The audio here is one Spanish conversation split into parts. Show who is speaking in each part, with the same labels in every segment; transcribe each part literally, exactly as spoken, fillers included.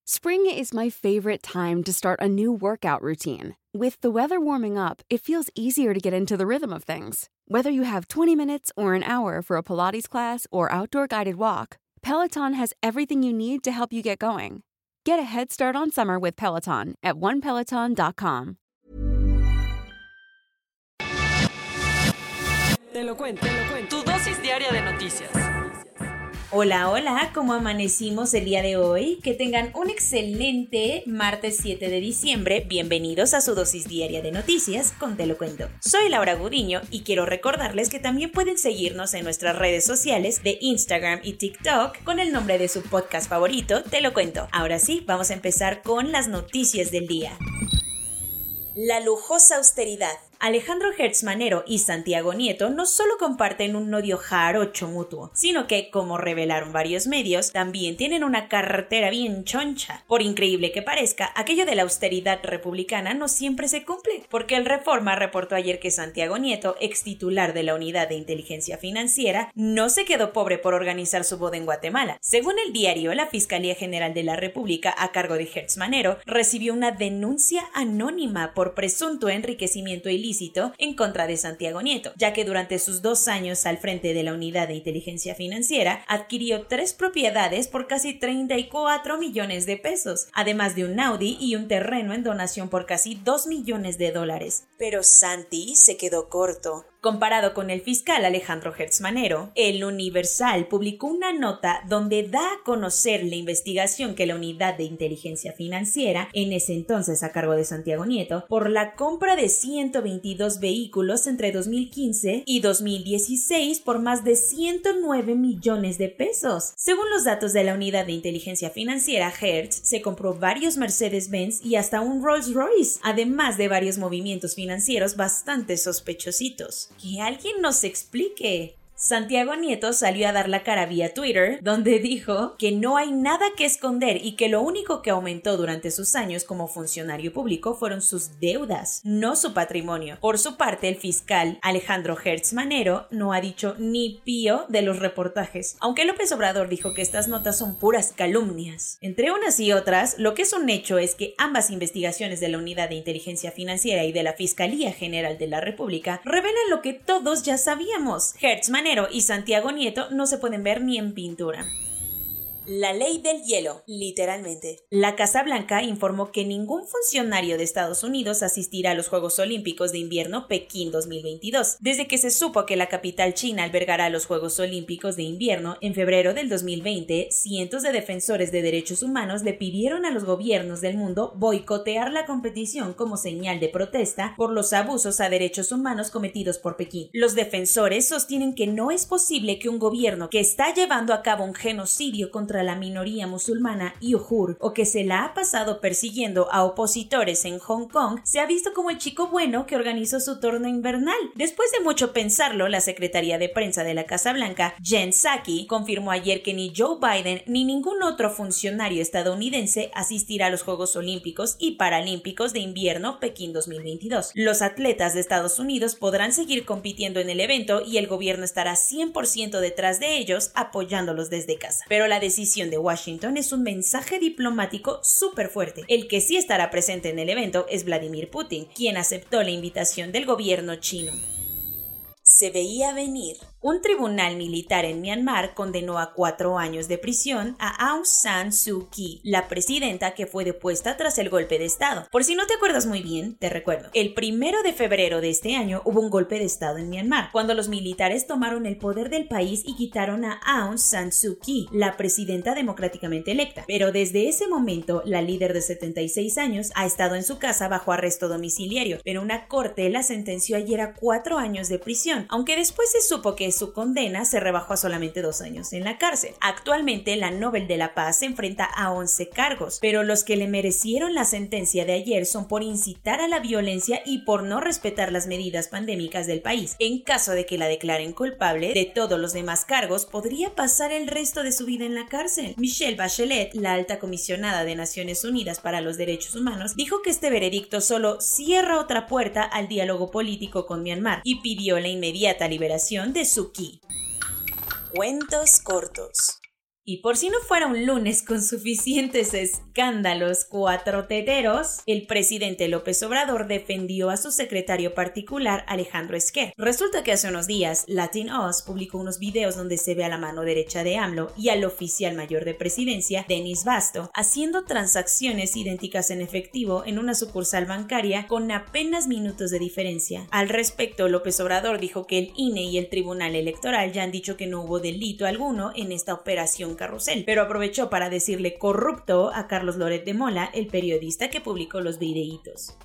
Speaker 1: Spring is my favorite time to start a new workout routine. With the weather warming up, it feels easier to get into the rhythm of things. Whether you have twenty minutes or an hour for a Pilates class or outdoor guided walk, Peloton has everything you need to help you get going. Get a head start on summer with Peloton at one peloton dot com.
Speaker 2: Te lo cuento, te lo cuento. Tu dosis diaria de noticias.
Speaker 3: Hola, hola, ¿cómo amanecimos el día de hoy? Que tengan un excelente martes siete de diciembre. Bienvenidos a su dosis diaria de noticias con Te lo cuento. Soy Laura Gudiño y quiero recordarles que también pueden seguirnos en nuestras redes sociales de Instagram y TikTok con el nombre de su podcast favorito, Te lo cuento. Ahora sí, vamos a empezar con las noticias del día. La lujosa austeridad. Alejandro Hertz Manero y Santiago Nieto no solo comparten un odio jarocho mutuo, sino que, como revelaron varios medios, también tienen una cartera bien choncha. Por increíble que parezca, aquello de la austeridad republicana no siempre se cumple, porque el Reforma reportó ayer que Santiago Nieto, ex titular de la Unidad de Inteligencia Financiera, no se quedó pobre por organizar su boda en Guatemala. Según el diario, la Fiscalía General de la República, a cargo de Hertz Manero, recibió una denuncia anónima por presunto enriquecimiento ilícito en contra de Santiago Nieto, ya que durante sus dos años al frente de la Unidad de Inteligencia Financiera adquirió tres propiedades por casi treinta y cuatro millones de pesos, además de un Audi y un terreno en donación por casi dos millones de dólares. Pero Santi se quedó corto. Comparado con el fiscal Alejandro Hertz Manero, El Universal publicó una nota donde da a conocer la investigación que la Unidad de Inteligencia Financiera, en ese entonces a cargo de Santiago Nieto, por la compra de ciento veintidós vehículos entre dos mil quince y dos mil dieciséis por más de ciento nueve millones de pesos. Según los datos de la Unidad de Inteligencia Financiera, Hertz se compró varios Mercedes-Benz y hasta un Rolls-Royce, además de varios movimientos financieros bastante sospechositos. Que alguien nos explique. Santiago Nieto salió a dar la cara vía Twitter, donde dijo que no hay nada que esconder y que lo único que aumentó durante sus años como funcionario público fueron sus deudas, no su patrimonio. Por su parte, el fiscal Alejandro Hertz Manero no ha dicho ni pío de los reportajes, aunque López Obrador dijo que estas notas son puras calumnias. Entre unas y otras, lo que es un hecho es que ambas investigaciones de la Unidad de Inteligencia Financiera y de la Fiscalía General de la República revelan lo que todos ya sabíamos. Hertz Manero y Santiago Nieto no se pueden ver ni en pintura. La ley del hielo, literalmente. La Casa Blanca informó que ningún funcionario de Estados Unidos asistirá a los Juegos Olímpicos de Invierno Pekín dos mil veintidós, desde que se supo que la capital china albergará los Juegos Olímpicos de Invierno en febrero del dos mil veinte. Cientos de defensores de derechos humanos le pidieron a los gobiernos del mundo boicotear la competición como señal de protesta por los abusos a derechos humanos cometidos por Pekín. Los defensores sostienen que no es posible que un gobierno que está llevando a cabo un genocidio contra la minoría musulmana uigur o que se la ha pasado persiguiendo a opositores en Hong Kong se ha visto como el chico bueno que organizó su torneo invernal. Después de mucho pensarlo, la Secretaría de Prensa de la Casa Blanca, Jen Psaki, confirmó ayer que ni Joe Biden ni ningún otro funcionario estadounidense asistirá a los Juegos Olímpicos y Paralímpicos de Invierno Pekín dos mil veintidós. Los atletas de Estados Unidos podrán seguir compitiendo en el evento y el gobierno estará cien por ciento detrás de ellos apoyándolos desde casa. Pero la decisión de Washington es un mensaje diplomático súper fuerte. El que sí estará presente en el evento es Vladimir Putin, quien aceptó la invitación del gobierno chino. Se veía venir. Un tribunal militar en Myanmar condenó a cuatro años de prisión a Aung San Suu Kyi, la presidenta que fue depuesta tras el golpe de estado. Por si no te acuerdas muy bien, te recuerdo. El primero de febrero de este año hubo un golpe de estado en Myanmar, cuando los militares tomaron el poder del país y quitaron a Aung San Suu Kyi, la presidenta democráticamente electa. Pero desde ese momento, la líder de setenta y seis años ha estado en su casa bajo arresto domiciliario, pero una corte la sentenció ayer a cuatro años de prisión, aunque después se supo que su condena se rebajó a solamente dos años en la cárcel. Actualmente, la Nobel de la Paz se enfrenta a once cargos, pero los que le merecieron la sentencia de ayer son por incitar a la violencia y por no respetar las medidas pandémicas del país. En caso de que la declaren culpable de todos los demás cargos, podría pasar el resto de su vida en la cárcel. Michelle Bachelet, la alta comisionada de Naciones Unidas para los Derechos Humanos, dijo que este veredicto solo cierra otra puerta al diálogo político con Myanmar y pidió la inmediata liberación de Suu Kyi. Cuentos cortos. Y por si no fuera un lunes con suficientes escándalos cuatroteteros, el presidente López Obrador defendió a su secretario particular Alejandro Esquer. Resulta que hace unos días Latin Us publicó unos videos donde se ve a la mano derecha de AMLO y al oficial mayor de presidencia, Denis Basto, haciendo transacciones idénticas en efectivo en una sucursal bancaria con apenas minutos de diferencia. Al respecto, López Obrador dijo que el I N E y el Tribunal Electoral ya han dicho que no hubo delito alguno en esta operación carrusel, pero aprovechó para decirle corrupto a Carlos Loret de Mola, el periodista que publicó los videitos.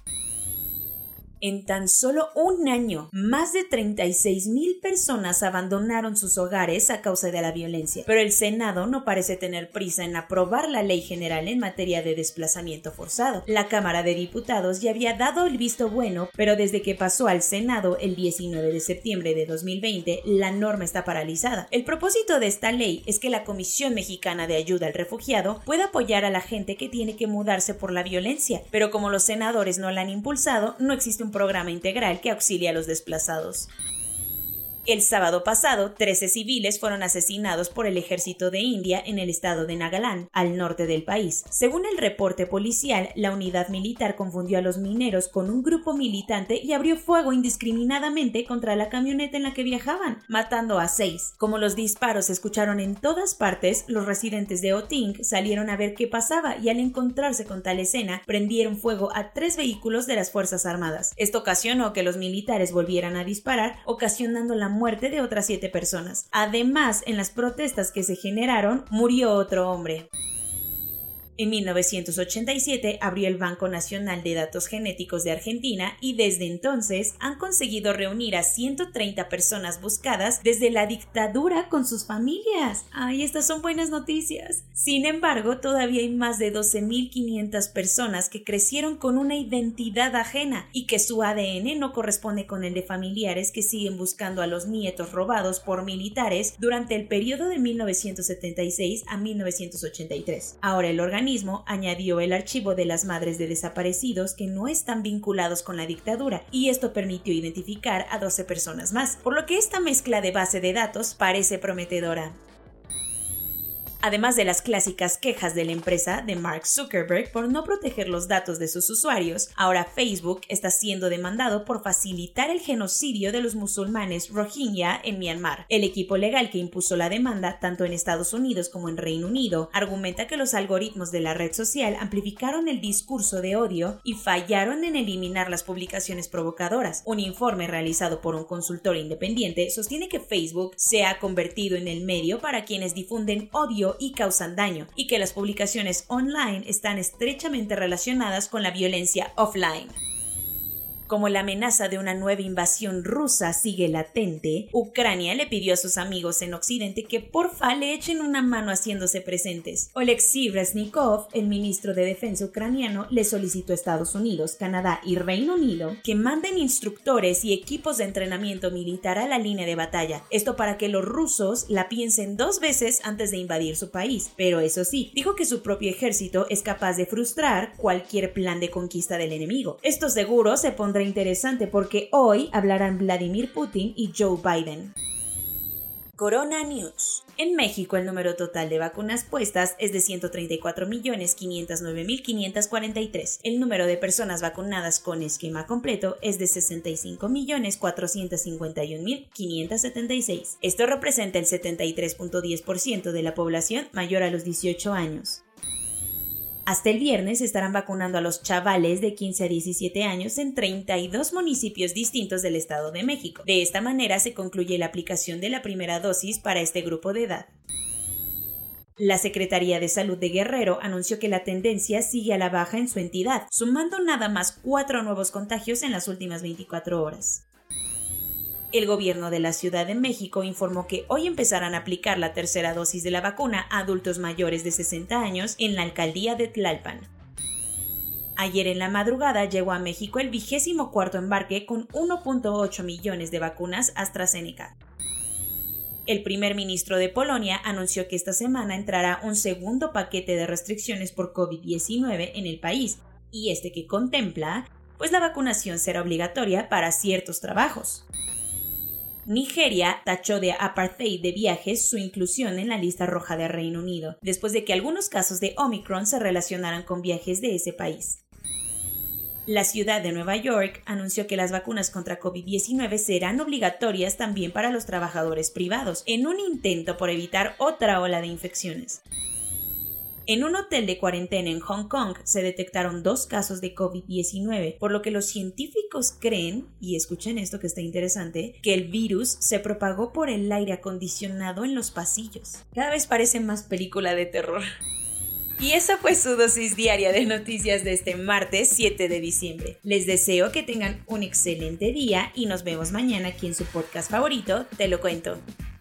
Speaker 3: En tan solo un año, más de treinta y seis mil personas abandonaron sus hogares a causa de la violencia, pero el Senado no parece tener prisa en aprobar la ley general en materia de desplazamiento forzado. La Cámara de Diputados ya había dado el visto bueno, pero desde que pasó al Senado el diecinueve de septiembre de dos mil veinte, la norma está paralizada. El propósito de esta ley es que la Comisión Mexicana de Ayuda al Refugiado pueda apoyar a la gente que tiene que mudarse por la violencia, pero como los senadores no la han impulsado, no existe un programa integral que auxilie a los desplazados. El sábado pasado, trece civiles fueron asesinados por el ejército de India en el estado de Nagaland, al norte del país. Según el reporte policial, la unidad militar confundió a los mineros con un grupo militante y abrió fuego indiscriminadamente contra la camioneta en la que viajaban, matando a seis. Como los disparos se escucharon en todas partes, los residentes de Oting salieron a ver qué pasaba y al encontrarse con tal escena, prendieron fuego a tres vehículos de las Fuerzas Armadas. Esto ocasionó que los militares volvieran a disparar, ocasionando la muerte de otras siete personas. Además, en las protestas que se generaron, murió otro hombre. En mil novecientos ochenta y siete abrió el Banco Nacional de Datos Genéticos de Argentina y desde entonces han conseguido reunir a ciento treinta personas buscadas desde la dictadura con sus familias. ¡Ay, estas son buenas noticias! Sin embargo, todavía hay más de doce mil quinientas personas que crecieron con una identidad ajena y que su A D N no corresponde con el de familiares que siguen buscando a los nietos robados por militares durante el periodo de mil novecientos setenta y seis a mil novecientos ochenta y tres. Ahora el organismo añadió el archivo de las madres de desaparecidos que no están vinculados con la dictadura y esto permitió identificar a doce personas más, por lo que esta mezcla de base de datos parece prometedora. Además de las clásicas quejas de la empresa de Mark Zuckerberg por no proteger los datos de sus usuarios, ahora Facebook está siendo demandado por facilitar el genocidio de los musulmanes Rohingya en Myanmar. El equipo legal que impuso la demanda, tanto en Estados Unidos como en Reino Unido, argumenta que los algoritmos de la red social amplificaron el discurso de odio y fallaron en eliminar las publicaciones provocadoras. Un informe realizado por un consultor independiente sostiene que Facebook se ha convertido en el medio para quienes difunden odio y causan daño, y que las publicaciones online están estrechamente relacionadas con la violencia offline. Como la amenaza de una nueva invasión rusa sigue latente, Ucrania le pidió a sus amigos en Occidente que porfa le echen una mano haciéndose presentes. Oleksiy Reznikov, el ministro de Defensa ucraniano, le solicitó a Estados Unidos, Canadá y Reino Unido que manden instructores y equipos de entrenamiento militar a la línea de batalla. Esto para que los rusos la piensen dos veces antes de invadir su país. Pero eso sí, dijo que su propio ejército es capaz de frustrar cualquier plan de conquista del enemigo. Esto seguro se pondrá interesante porque hoy hablarán Vladimir Putin y Joe Biden. Corona News. En México, el número total de vacunas puestas es de ciento treinta y cuatro millones quinientos nueve mil quinientos cuarenta y tres. El número de personas vacunadas con esquema completo es de sesenta y cinco millones cuatrocientos cincuenta y un mil quinientos setenta y seis. Esto representa el setenta y tres punto diez por ciento de la población mayor a los dieciocho años. Hasta el viernes estarán vacunando a los chavales de quince a diecisiete años en treinta y dos municipios distintos del Estado de México. De esta manera se concluye la aplicación de la primera dosis para este grupo de edad. La Secretaría de Salud de Guerrero anunció que la tendencia sigue a la baja en su entidad, sumando nada más cuatro nuevos contagios en las últimas veinticuatro horas. El gobierno de la Ciudad de México informó que hoy empezarán a aplicar la tercera dosis de la vacuna a adultos mayores de sesenta años en la alcaldía de Tlalpan. Ayer en la madrugada llegó a México el vigésimo cuarto embarque con uno punto ocho millones de vacunas AstraZeneca. El primer ministro de Polonia anunció que esta semana entrará un segundo paquete de restricciones por COVID diecinueve en el país, y este que contempla, pues la vacunación será obligatoria para ciertos trabajos. Nigeria tachó de apartheid de viajes su inclusión en la lista roja de Reino Unido, después de que algunos casos de Omicron se relacionaran con viajes de ese país. La ciudad de Nueva York anunció que las vacunas contra COVID diecinueve serán obligatorias también para los trabajadores privados, en un intento por evitar otra ola de infecciones. En un hotel de cuarentena en Hong Kong se detectaron dos casos de COVID diecinueve, por lo que los científicos creen, y escuchen esto que está interesante, que el virus se propagó por el aire acondicionado en los pasillos. Cada vez parece más película de terror. Y esa fue su dosis diaria de noticias de este martes siete de diciembre. Les deseo que tengan un excelente día y nos vemos mañana aquí en su podcast favorito, Te lo cuento.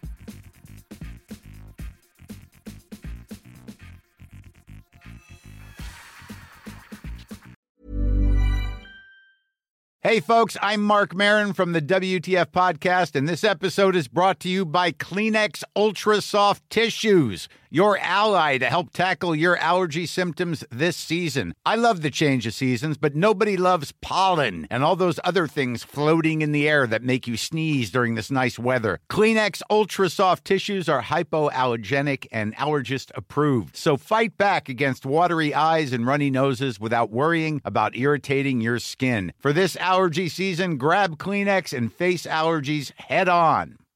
Speaker 4: Hey folks, I'm Mark Maron from the W T F podcast, and this episode is brought to you by Kleenex Ultra Soft Tissues, your ally to help tackle your allergy symptoms this season. I love the change of seasons, but nobody loves pollen and all those other things floating in the air that make you sneeze during this nice weather. Kleenex Ultra Soft Tissues are hypoallergenic and allergist approved, so fight back against watery eyes and runny noses without worrying about irritating your skin. For this allergy season, grab Kleenex and face allergies head on.